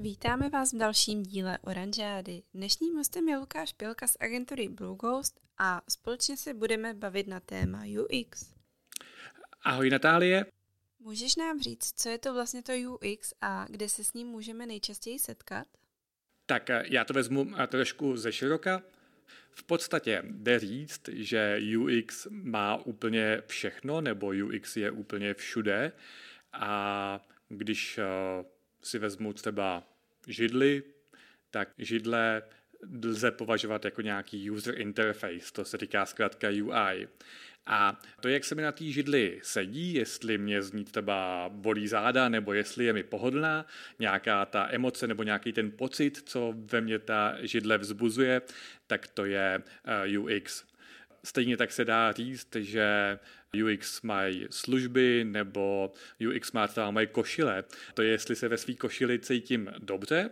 Vítáme vás v dalším díle Oranžády. Dnešním hostem je Lukáš Pilka z agentury Blue Ghost a společně se budeme bavit na téma UX. Ahoj Natálie. Můžeš nám říct, co je to vlastně to UX a kde se s ním můžeme nejčastěji setkat? Tak já to vezmu trošku ze široka. V podstatě jde říct, že UX má úplně všechno, nebo UX je úplně všude. A když si vezmu třeba židli, tak židle lze považovat jako nějaký user interface, to se říká zkrátka UI. A to, jak se mi na té židli sedí, jestli mě z ní třeba bolí záda, nebo jestli je mi pohodlná, nějaká ta emoce nebo nějaký ten pocit, co ve mně ta židle vzbuzuje, tak to je UX. Stejně tak se dá říct, že UX mají služby nebo UX má třeba moje košile. To je, jestli se ve své košili cítím dobře,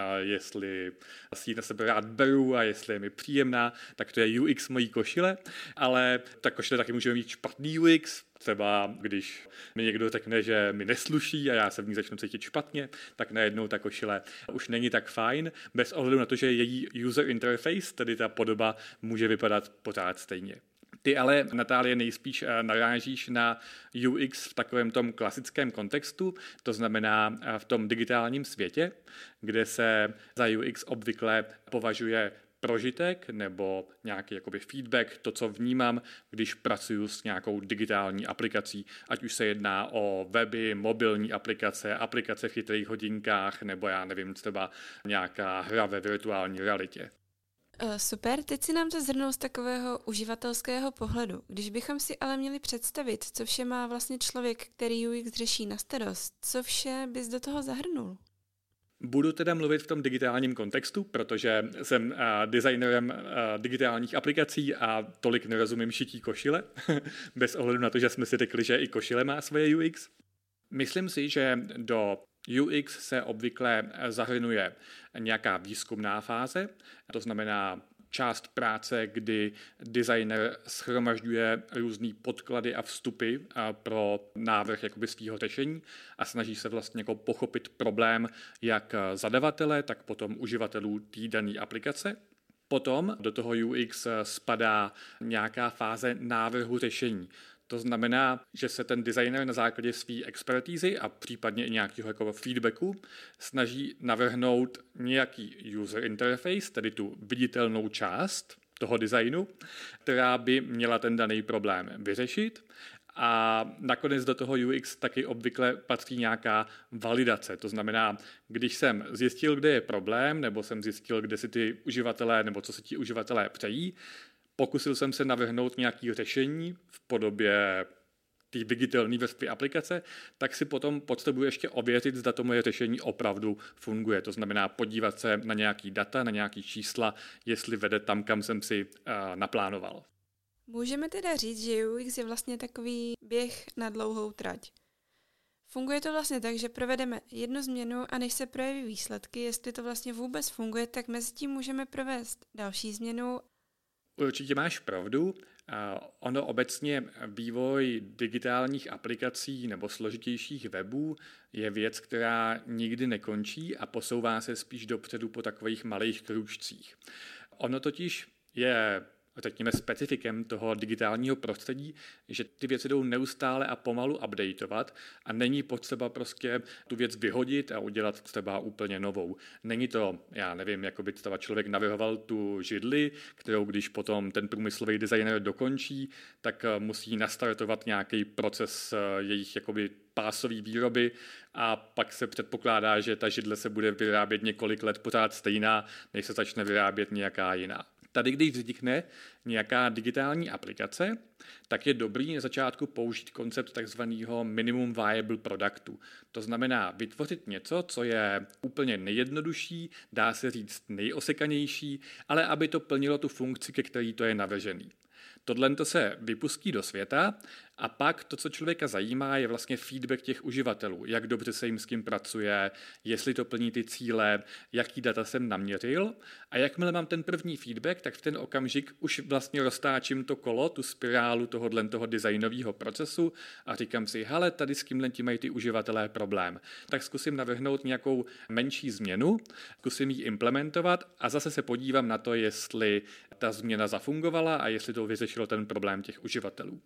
jestli si ji na sebe rád beru a jestli je mi příjemná, tak to je UX mojí košile, ale ta košile taky může mít špatný UX, třeba když mi někdo řekne, že mi nesluší a já se v ní začnu cítit špatně, tak najednou ta košile už není tak fajn, bez ohledu na to, že její user interface, tedy ta podoba, může vypadat pořád stejně. Ty ale, Natálie, nejspíš narážíš na UX v takovém tom klasickém kontextu, to znamená v tom digitálním světě, kde se za UX obvykle považuje prožitek nebo nějaký jakoby feedback, to, co vnímám, když pracuji s nějakou digitální aplikací, ať už se jedná o weby, mobilní aplikace, aplikace v chytrých hodinkách, nebo já nevím, třeba nějaká hra ve virtuální realitě. Super, teď si nám to zhrnul z takového uživatelského pohledu. Když bychom si ale měli představit, co vše má vlastně člověk, který UX řeší na starost, co vše bys do toho zahrnul? Budu teda mluvit v tom digitálním kontextu, protože jsem designerem digitálních aplikací a tolik nerozumím šití košile, bez ohledu na to, že jsme si řekli, že i košile má svoje UX. Myslím si, že do UX se obvykle zahrnuje nějaká výzkumná fáze, to znamená část práce, kdy designer shromažďuje různý podklady a vstupy pro návrh jakoby svého řešení a snaží se vlastně jako pochopit problém jak zadavatele, tak potom uživatelů té dané aplikace. Potom do toho UX spadá nějaká fáze návrhu řešení. To znamená, že se ten designer na základě své expertízy a případně i nějakého jako feedbacku snaží navrhnout nějaký user interface, tedy tu viditelnou část toho designu, která by měla ten daný problém vyřešit. A nakonec do toho UX taky obvykle patří nějaká validace. To znamená, když jsem zjistil, kde je problém, nebo jsem zjistil, kde si ty uživatelé, nebo co si ti uživatelé přejí, pokusil jsem se navrhnout nějaké řešení v podobě té viditelné vrstvy aplikace, tak si potom potřebuji ještě ověřit, zda to moje řešení opravdu funguje. To znamená podívat se na nějaký data, na nějaký čísla, jestli vede tam, kam jsem si naplánoval. Můžeme teda říct, že UX je vlastně takový běh na dlouhou trať. Funguje to vlastně tak, že provedeme jednu změnu a než se projeví výsledky, jestli to vlastně vůbec funguje, tak mezi tím můžeme provést další změnu. Určitě máš pravdu. Ono obecně vývoj digitálních aplikací nebo složitějších webů je věc, která nikdy nekončí a posouvá se spíš dopředu po takových malých krůčcích. Ono totiž je, řekněme, specifikem toho digitálního prostředí, že ty věci jdou neustále a pomalu updateovat a není potřeba prostě tu věc vyhodit a udělat třeba úplně novou. Není to, já nevím, jako by třeba člověk navrhoval tu židli, kterou když potom ten průmyslový designer dokončí, tak musí nastartovat nějaký proces jejich jakoby pásové výroby a pak se předpokládá, že ta židle se bude vyrábět několik let pořád stejná, než se začne vyrábět nějaká jiná. Tady, když vznikne nějaká digitální aplikace, tak je dobrý na začátku použít koncept takzvaného minimum viable productu. To znamená vytvořit něco, co je úplně nejjednodušší, dá se říct nejosekanější, ale aby to plnilo tu funkci, ke který to je navržený. Tohle se vypustí do světa A pak to, co člověka zajímá, je vlastně feedback těch uživatelů, jak dobře se jim s tím pracuje, jestli to plní ty cíle, jaký data jsem naměřil. A jakmile mám ten první feedback, tak v ten okamžik už vlastně roztáčím to kolo, tu spirálu toho designového procesu a říkám si, hele, tady s kýmhle tím mají ty uživatelé problém. Tak zkusím navrhnout nějakou menší změnu, zkusím ji implementovat a zase se podívám na to, jestli ta změna zafungovala a jestli to vyřešilo ten problém těch uživatelů.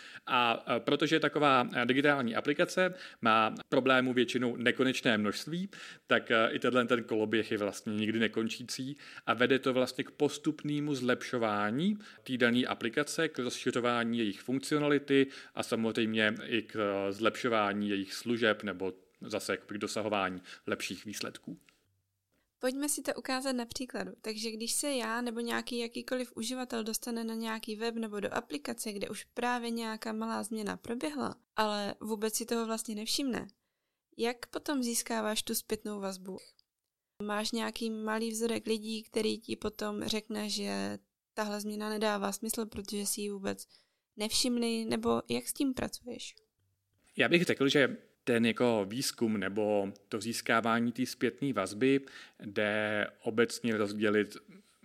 A protože taková digitální aplikace má problémů většinou nekonečné množství, tak i ten koloběh je vlastně nikdy nekončící a vede to vlastně k postupnému zlepšování té dané aplikace, k rozšiřování jejich funkcionality a samozřejmě i k zlepšování jejich služeb nebo zase k dosahování lepších výsledků. Pojďme si to ukázat na příkladu. Takže když se já nebo nějaký jakýkoliv uživatel dostane na nějaký web nebo do aplikace, kde už právě nějaká malá změna proběhla, ale vůbec si toho vlastně nevšimne, jak potom získáváš tu zpětnou vazbu? Máš nějaký malý vzorek lidí, který ti potom řekne, že tahle změna nedává smysl, protože si ji vůbec nevšimli, nebo jak s tím pracuješ? Já bych řekl, že ten jako výzkum nebo to získávání té zpětné vazby jde obecně rozdělit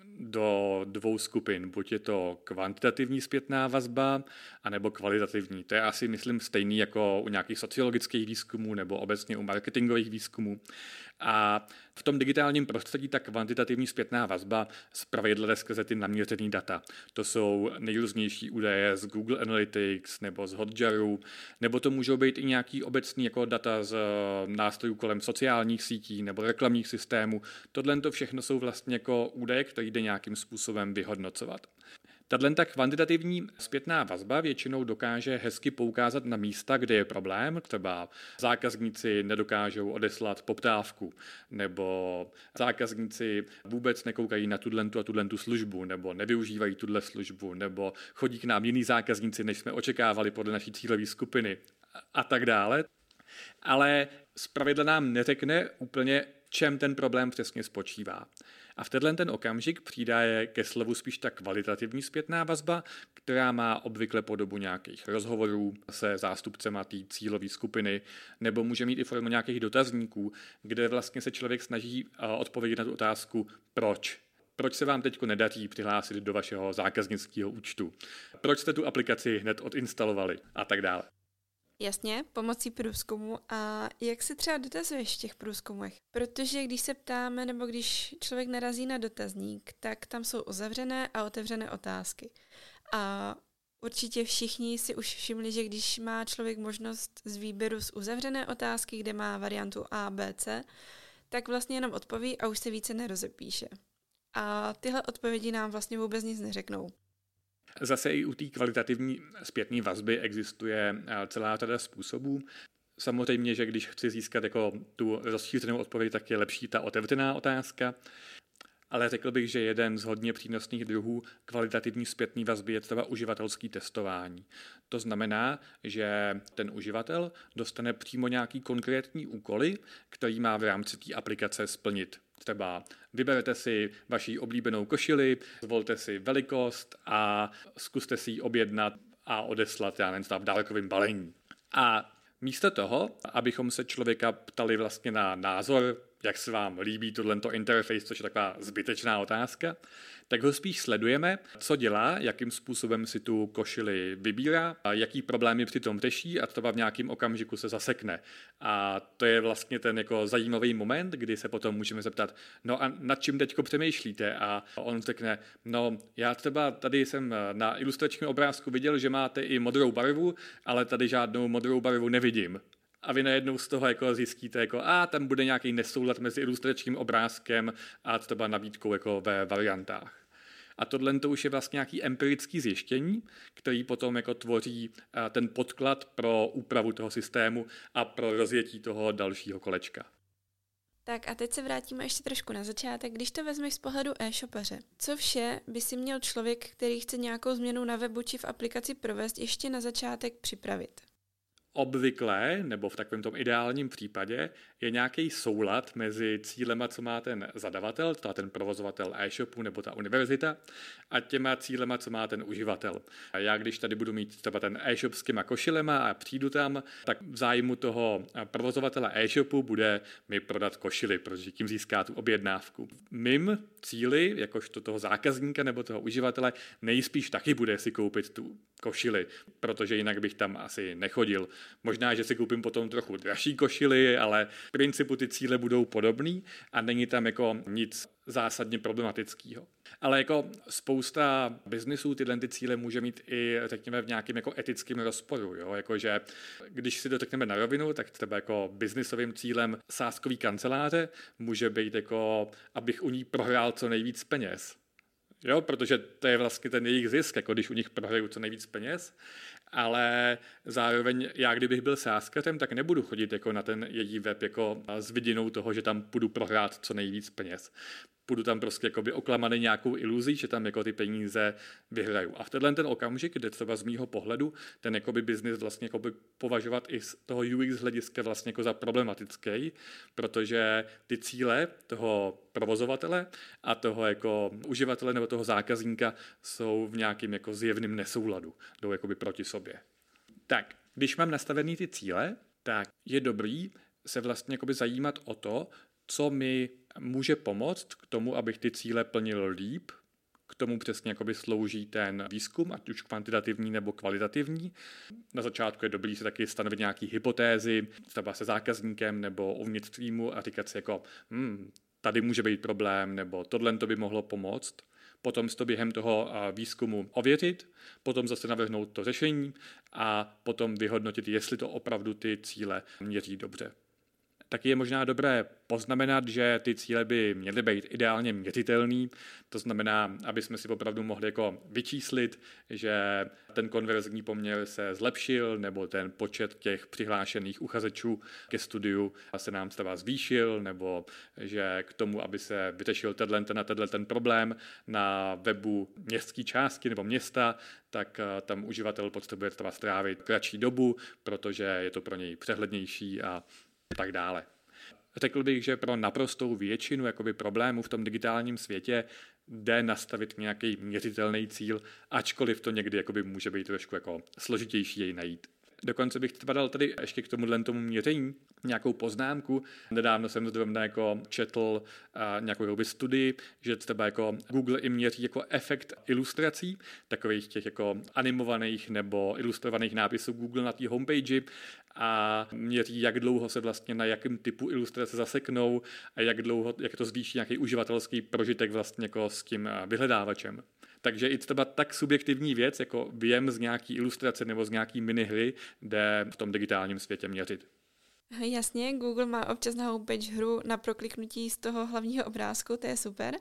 do dvou skupin. Buď je to kvantitativní zpětná vazba, anebo kvalitativní. To je asi, myslím, stejný jako u nějakých sociologických výzkumů nebo obecně u marketingových výzkumů. A v tom digitálním prostředí ta kvantitativní zpětná vazba zpravidla jde skrze ty naměřený data. To jsou nejrůznější údaje z Google Analytics nebo z Hotjaru, nebo to můžou být i nějaký obecný jako data z nástrojů kolem sociálních sítí nebo reklamních systémů. Tohle to všechno jsou vlastně jako údaje, které jde nějakým způsobem vyhodnocovat. Tato kvantitativní zpětná vazba většinou dokáže hezky poukázat na místa, kde je problém, třeba zákazníci nedokážou odeslat poptávku, nebo zákazníci vůbec nekoukají na tuto službu, nebo nevyužívají tuto službu, nebo chodí k nám jiní zákazníci, než jsme očekávali podle naší cílové skupiny a tak dále. Ale zpravidla nám neřekne úplně, v čem ten problém přesně spočívá. A v ten okamžik přijde ke slovu spíš ta kvalitativní zpětná vazba, která má obvykle podobu nějakých rozhovorů se zástupcema té cílové skupiny, nebo může mít i formu nějakých dotazníků, kde vlastně se člověk snaží odpovědět na tu otázku proč. Proč se vám teď nedaří přihlásit do vašeho zákaznického účtu? Proč jste tu aplikaci hned odinstalovali? A tak dále. Jasně, pomocí průzkumu. A jak se třeba dotazuješ v těch průzkumech? Protože když se ptáme nebo když člověk narazí na dotazník, tak tam jsou uzavřené a otevřené otázky. A určitě všichni si už všimli, že když má člověk možnost z výběru z uzavřené otázky, kde má variantu A, B, C, tak vlastně jenom odpoví a už se více nerozepíše. A tyhle odpovědi nám vlastně vůbec nic neřeknou. Zase i u té kvalitativní zpětné vazby existuje celá řada způsobů. Samozřejmě, že když chci získat jako tu rozšířenou odpověď, tak je lepší ta otevřená otázka. Ale řekl bych, že jeden z hodně přínosných druhů kvalitativní zpětné vazby je třeba uživatelské testování. To znamená, že ten uživatel dostane přímo nějaký konkrétní úkoly, který má v rámci té aplikace splnit. Třeba vyberete si vaši oblíbenou košili, zvolte si velikost a zkuste si ji objednat a odeslat, v dálkovém balení. A místo toho, abychom se člověka ptali vlastně na názor, jak se vám líbí tohleto interface, což je taková zbytečná otázka, tak ho spíš sledujeme, co dělá, jakým způsobem si tu košili vybírá, a jaký problémy přitom řeší a třeba v nějakém okamžiku se zasekne. A to je vlastně ten jako zajímavý moment, kdy se potom můžeme zeptat, no a nad čím teďko přemýšlíte? A on řekne, no já třeba tady jsem na ilustračním obrázku viděl, že máte i modrou barvu, ale tady žádnou modrou barvu nevidím. A vy najednou z toho jako zjistíte, tam bude nějaký nesoulad mezi ilustračním obrázkem a třeba nabídkou jako ve variantách. A tohle to už je vlastně nějaký empirický zjištění, který potom jako tvoří ten podklad pro úpravu toho systému a pro rozjetí toho dalšího kolečka. Tak a teď se vrátíme ještě trošku na začátek. Když to vezmeš z pohledu e-shopaře, co vše by si měl člověk, který chce nějakou změnu na webu či v aplikaci provést, ještě na začátek připravit? Obvykle, nebo v takovém tom ideálním případě, je nějaký soulad mezi cílema, co má ten zadavatel, ten provozovatel e-shopu nebo ta univerzita, a těma cílema, co má ten uživatel. A já když tady budu mít třeba ten e-shop s těma košilema a přijdu tam, tak v zájmu toho provozovatele e-shopu bude mi prodat košily, protože tím získá tu objednávku. Mým cíli, jakožto toho zákazníka nebo toho uživatele, nejspíš taky bude si koupit tu košily, protože jinak bych tam asi nechodil. Možná, že si koupím potom trochu dražší košily, ale v principu ty cíle budou podobný a není tam jako nic zásadně problematického. Ale jako spousta biznisů tyhle ty cíle může mít i, řekněme, v nějakém jako etickém rozporu. Jo? Jakože, když si to řekneme na rovinu, tak třeba jako biznisovým cílem sázkový kanceláře může být jako, abych u ní prohrál co nejvíc peněz. Jo, protože to je vlastně ten jejich zisk, jako když u nich prohraju co nejvíc peněz, ale zároveň já, kdybych byl sázkařem, tak nebudu chodit jako na ten její web jako s vidinou toho, že tam půjdu prohrát co nejvíc peněz. Půjdu tam prostě jakoby oklamaný nějakou iluzí, že tam jako ty peníze vyhraju. A v tenhle ten okamžik, kde třeba z mýho pohledu ten jakoby biznis vlastně jakoby považovat i z toho UX hlediska vlastně jako za problematický, protože ty cíle toho provozovatele a toho jako uživatele nebo toho zákazníka jsou v nějakém jako zjevném nesouladu, jdou jakoby proti sobě. Tak, když mám nastavený ty cíle, tak je dobrý se vlastně jakoby zajímat o to, co mi může pomoct k tomu, abych ty cíle plnil líp. K tomu přesně jakoby slouží ten výzkum, ať už kvantitativní nebo kvalitativní. Na začátku je dobrý si taky stanovit nějaký hypotézy, třeba se zákazníkem nebo uvnitř týmu a říkat si jako tady může být problém, nebo tohle to by mohlo pomoct. Potom si to během toho výzkumu ověřit, potom zase navrhnout to řešení a potom vyhodnotit, jestli to opravdu ty cíle měří dobře. Taky je možná dobré poznamenat, že ty cíle by měly být ideálně měřitelný, to znamená, aby jsme si opravdu mohli jako vyčíslit, že ten konverzní poměr se zlepšil, nebo ten počet těch přihlášených uchazečů ke studiu se nám třeba zvýšil, nebo že k tomu, aby se vyřešil ten problém na webu městské části nebo města, tak tam uživatel potřebuje třeba strávit kratší dobu, protože je to pro něj přehlednější a tak dále. Řekl bych, že pro naprostou většinu jakoby problémů v tom digitálním světě jde nastavit nějaký měřitelný cíl, ačkoliv to někdy jakoby může být trošku jako složitější jej najít. Dokonce bych třeba dal tady ještě k tomu měření nějakou poznámku. Nedávno jsem zrovna jako četl nějakou studii, že třeba jako Google i měří jako efekt ilustrací, takových těch jako animovaných nebo ilustrovaných nápisů Google na té homepage a měří, jak dlouho se vlastně na jakém typu ilustrace zaseknou a jak to zvýší nějaký uživatelský prožitek vlastně jako s tím vyhledávačem. Takže i třeba tak subjektivní věc, jako věm z nějaký ilustrace nebo z nějaký minihry, jde v tom digitálním světě měřit. Jasně, Google má občas na homepage hru na prokliknutí z toho hlavního obrázku, to je super.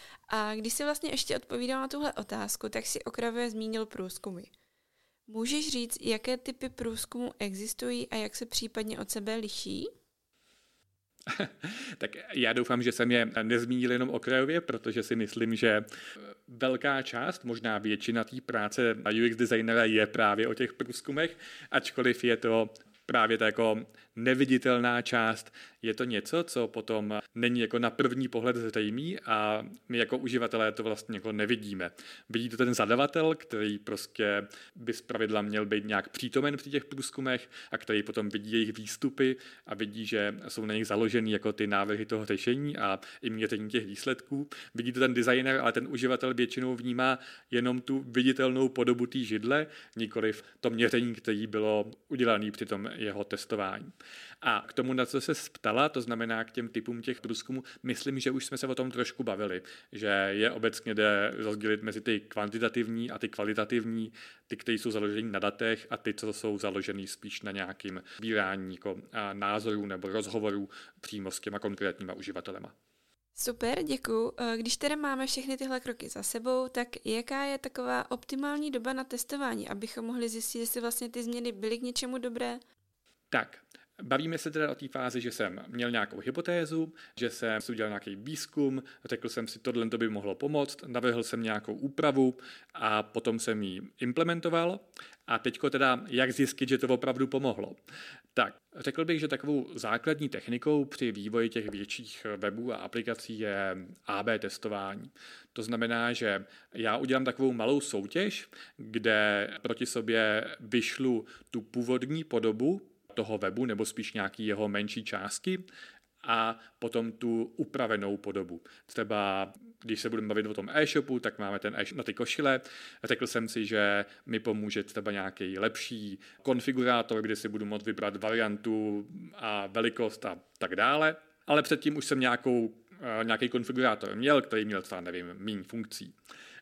A když si vlastně ještě odpovídal na tuhle otázku, tak si okrajově zmínil průzkumy. Můžeš říct, jaké typy průzkumů existují a jak se případně od sebe liší? Tak já doufám, že jsem je nezmínil jenom okrajově, protože si myslím, že velká část, možná většina té práce UX designera je právě o těch průzkumech, ačkoliv je to právě ta jako neviditelná část, je to něco, co potom není jako na první pohled zřejmý a my jako uživatelé to vlastně jako nevidíme. Vidí to ten zadavatel, který prostě by zpravidla měl být nějak přítomen při těch průzkumech a který potom vidí jejich výstupy a vidí, že jsou na nich založený jako ty návrhy toho řešení a i měření těch výsledků. Vidí to ten designer, ale ten uživatel většinou vnímá jenom tu viditelnou podobu té židle, nikoliv to měření, které bylo udělané při tom jeho testování. A k tomu, na co se ptala, to znamená k těm typům těch průzkumů, myslím, že už jsme se o tom trošku bavili, že je obecně jde rozdělit mezi ty kvantitativní a ty kvalitativní, ty, které jsou založené na datech a ty, co jsou založené spíš na nějakým sbírání jako názorů nebo rozhovorů přímo s těma konkrétníma uživatelema. Super, děkuju. Když tedy máme všechny tyhle kroky za sebou, tak jaká je taková optimální doba na testování, abychom mohli zjistit, jestli vlastně ty změny byly k něčemu dobré? Tak, Bavíme se teda o té fázi, že jsem měl nějakou hypotézu, že jsem si udělal nějaký výzkum, řekl jsem si, tohle by mohlo pomoct, navrhl jsem nějakou úpravu a potom jsem ji implementoval. A teďko teda, jak zjistit, že to opravdu pomohlo? Tak, řekl bych, že takovou základní technikou při vývoji těch větších webů a aplikací je A/B testování. To znamená, že já udělám takovou malou soutěž, kde proti sobě vyšlu tu původní podobu toho webu, nebo spíš nějaký jeho menší částky, a potom tu upravenou podobu. Třeba když se budeme bavit o tom e-shopu, tak máme ten e-shop na ty košile. Řekl jsem si, že mi pomůže třeba nějaký lepší konfigurátor, kde si budu moct vybrat variantu a velikost a tak dále. Ale předtím už jsem nějaký konfigurátor měl, který měl třeba, nevím, míň funkcí.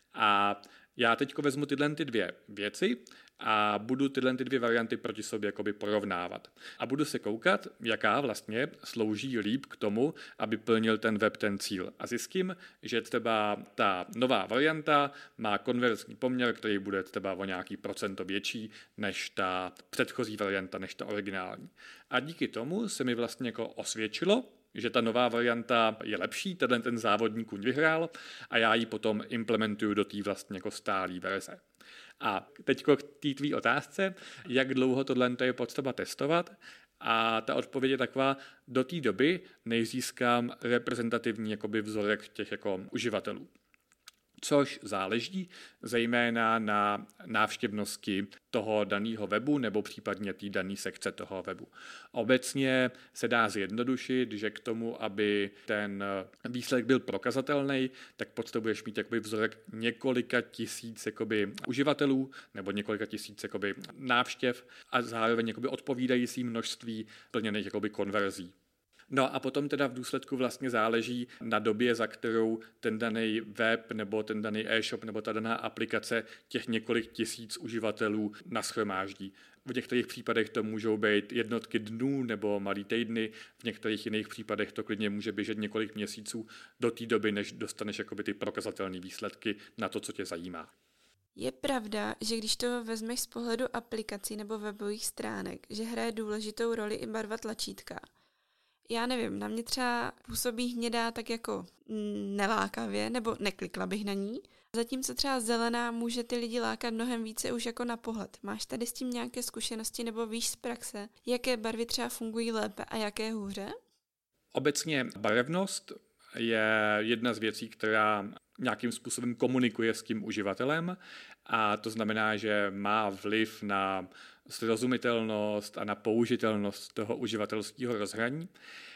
A já teď vezmu tyhle dvě věci a budu tyhle dvě varianty proti sobě jakoby porovnávat. A budu se koukat, jaká vlastně slouží líp k tomu, aby plnil ten web ten cíl. A zjistím, že třeba ta nová varianta má konverzní poměr, který bude třeba o nějaký procento větší než ta předchozí varianta, než ta originální. A díky tomu se mi vlastně jako osvědčilo, že ta nová varianta je lepší, ten závodní kuň vyhrál a já ji potom implementuju do té vlastně jako stálé verze. A teď k té tvý otázce, jak dlouho tohle je potřeba testovat, a ta odpověď je taková, do té doby, než získám reprezentativní jakoby vzorek těch jako uživatelů. Což záleží zejména na návštěvnosti toho daného webu nebo případně té dané sekce toho webu. Obecně se dá zjednodušit, že k tomu, aby ten výsledek byl prokazatelný, tak potřebuješ mít jakoby vzorek několika tisíc jakoby uživatelů nebo několika tisíc jakoby návštěv a zároveň jakoby odpovídající množství plněných jakoby konverzí. No a potom teda v důsledku vlastně záleží na době, za kterou ten daný web nebo ten daný e-shop nebo ta daná aplikace těch několik tisíc uživatelů nashromáždí. V některých případech to můžou být jednotky dnů nebo malý týdny, v některých jiných případech to klidně může běžet několik měsíců do té doby, než dostaneš jakoby ty prokazatelné výsledky na to, co tě zajímá. Je pravda, že když to vezmeš z pohledu aplikací nebo webových stránek, že hraje důležitou roli i barva tlačítka. Já nevím, na mě třeba působí hnědá tak jako nelákavě, nebo neklikla bych na ní. Zatímco třeba zelená může ty lidi lákat mnohem více už jako na pohled. Máš tady s tím nějaké zkušenosti nebo víš z praxe, jaké barvy třeba fungují lépe a jaké hůře? Obecně barevnost je jedna z věcí, která nějakým způsobem komunikuje s tím uživatelem a to znamená, že má vliv na srozumitelnost a na použitelnost toho uživatelského rozhraní.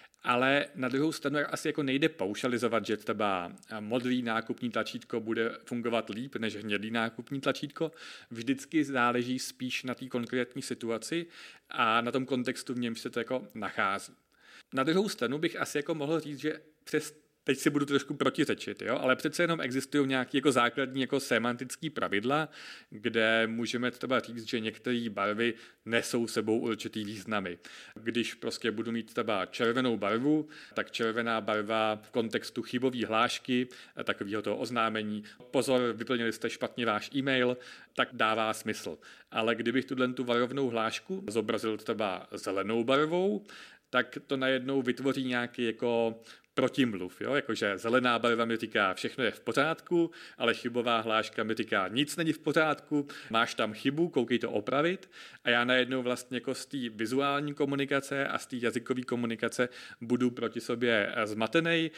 Ale na druhou stranu asi jako nejde paušalizovat, že třeba modrý nákupní tlačítko bude fungovat líp než hnědý nákupní tlačítko. Vždycky záleží spíš na té konkrétní situaci a na tom kontextu, v němž se to jako nachází. Na druhou stranu bych asi jako mohl říct, že teď si budu trošku protiřečit, jo? Ale přece jenom existují nějaké jako základní jako semantické pravidla, kde můžeme třeba říct, že některé barvy nesou sebou určitý významy. Když prostě budu mít třeba červenou barvu, tak červená barva v kontextu chybové hlášky, takového toho oznámení, pozor, vyplnili jste špatně váš e-mail, tak dává smysl. Ale kdybych tu varovnou hlášku zobrazil třeba zelenou barvou, tak to najednou vytvoří nějaký jako protimluv, jo? Jakože zelená barva mi říká, všechno je v pořádku, ale chybová hláška mi říká, nic není v pořádku, máš tam chybu, koukej to opravit a já najednou vlastně jako z té vizuální komunikace a z té jazykové komunikace budu proti sobě zmatenej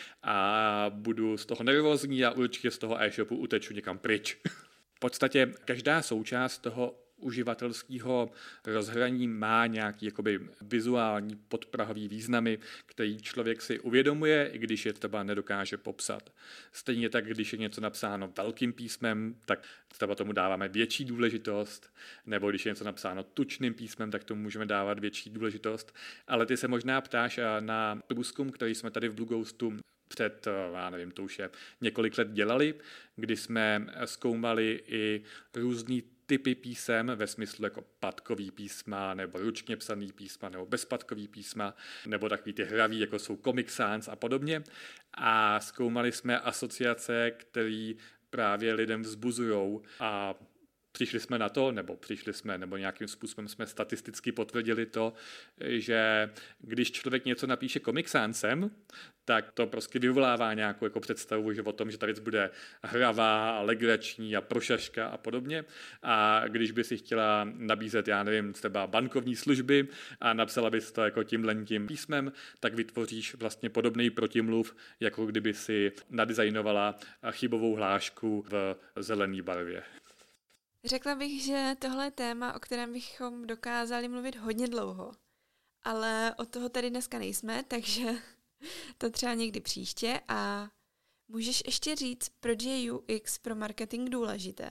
a budu z toho nervózní a určitě z toho e-shopu uteču někam pryč. V podstatě každá součást toho uživatelského rozhraní má nějaký jakoby vizuální podprahový významy, který člověk si uvědomuje, i když je třeba nedokáže popsat. Stejně tak, když je něco napsáno velkým písmem, tak třeba tomu dáváme větší důležitost, nebo když je něco napsáno tučným písmem, tak tomu můžeme dávat větší důležitost. Ale ty se možná ptáš na průzkum, který jsme tady v Blueghostu před, já nevím, to už je několik let dělali, kdy jsme zkoumali i různý typy písem ve smyslu jako patkový písma, nebo ručně psaný písma, nebo bezpatkový písma, nebo takový ty hravý, jako jsou Comic Sans a podobně. A zkoumali jsme asociace, které právě lidem vzbuzujou a přišli jsme na to, nebo nějakým způsobem jsme statisticky potvrdili to, že když člověk něco napíše Comic Sansem, tak to prostě vyvolává nějakou jako představu, že o tom, že ta věc bude hravá, legrační a prošaška a podobně. A když by si chtěla nabízet, já nevím, třeba bankovní služby a napsala bys to jako tím písmem, tak vytvoříš vlastně podobný protimluv, jako kdyby si nadizajnovala chybovou hlášku v zelené barvě. Řekla bych, že tohle je téma, o kterém bychom dokázali mluvit hodně dlouho. Ale od toho tady dneska nejsme, takže to třeba někdy příště. A můžeš ještě říct, proč je UX pro marketing důležité?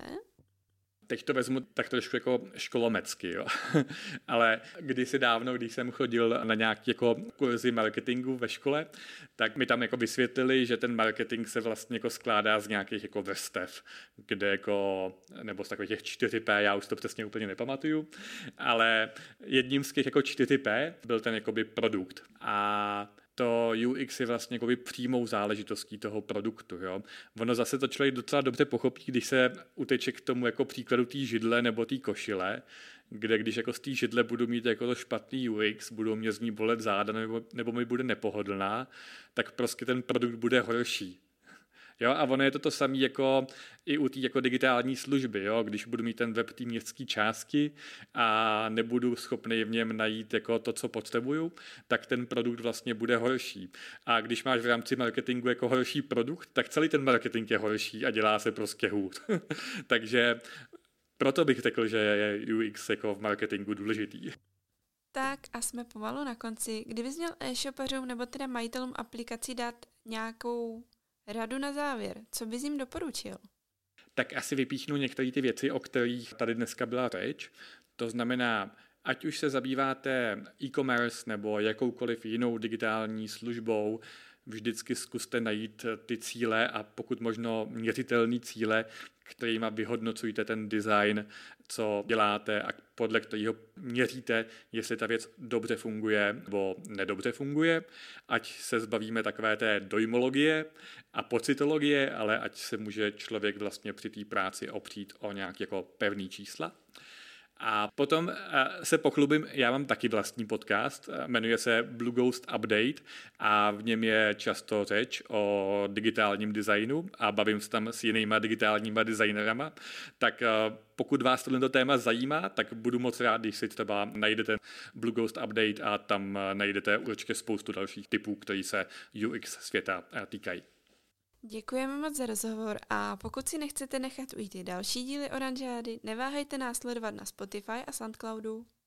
Teď to vezmu tak trošku jako školomecky, jo. Ale kdysi dávno, když jsem chodil na nějaké jako kurzy marketingu ve škole, tak mi tam jako vysvětlili, že ten marketing se vlastně jako skládá z nějakých jako vrstev, kde jako, nebo z takových těch 4P, já už to přesně úplně nepamatuju, ale jedním z těch jako 4P byl ten jakoby produkt. A to UX je vlastně jakoby přímou záležitostí toho produktu. Jo. Ono zase to člověk docela dobře pochopí, když se uteče k tomu jako příkladu té židle nebo té košile, kde když jako z té židle budu mít jako to špatný UX, budou mě z ní bolet záda nebo mi bude nepohodlná, tak prostě ten produkt bude horší. Jo, a ono je to samé jako i u té jako digitální služby. Jo? Když budu mít ten web té městské části a nebudu schopný v něm najít jako to, co potřebuju, tak ten produkt vlastně bude horší. A když máš v rámci marketingu jako horší produkt, tak celý ten marketing je horší a dělá se prostě hůř. Takže proto bych řekl, že je UX jako v marketingu důležitý. Tak a jsme pomalu na konci. Kdybys měl e-shopařům nebo teda majitelům aplikací dát nějakou radu na závěr, co bys jim doporučil? Tak asi vypíchnu některé ty věci, o kterých tady dneska byla řeč. To znamená, ať už se zabýváte e-commerce nebo jakoukoliv jinou digitální službou, vždycky zkuste najít ty cíle a pokud možno měřitelné cíle, kterýma vyhodnocujete ten design, co děláte a podle kterého měříte, jestli ta věc dobře funguje nebo nedobře funguje. Ať se zbavíme takové té dojmologie a pocitologie, ale ať se může člověk vlastně při té práci opřít o nějaké jako pevný čísla. A potom se pochlubím, já mám taky vlastní podcast, jmenuje se Blue Ghost Update a v něm je často řeč o digitálním designu a bavím se tam s jinýma digitálníma designerama, tak pokud vás tohle téma zajímá, tak budu moc rád, když si třeba najdete Blue Ghost Update a tam najdete určitě spoustu dalších typů, které se UX světa týkají. Děkujeme moc za rozhovor a pokud si nechcete nechat ujít i další díly Oranžády, neváhejte nás sledovat na Spotify a Soundcloudu.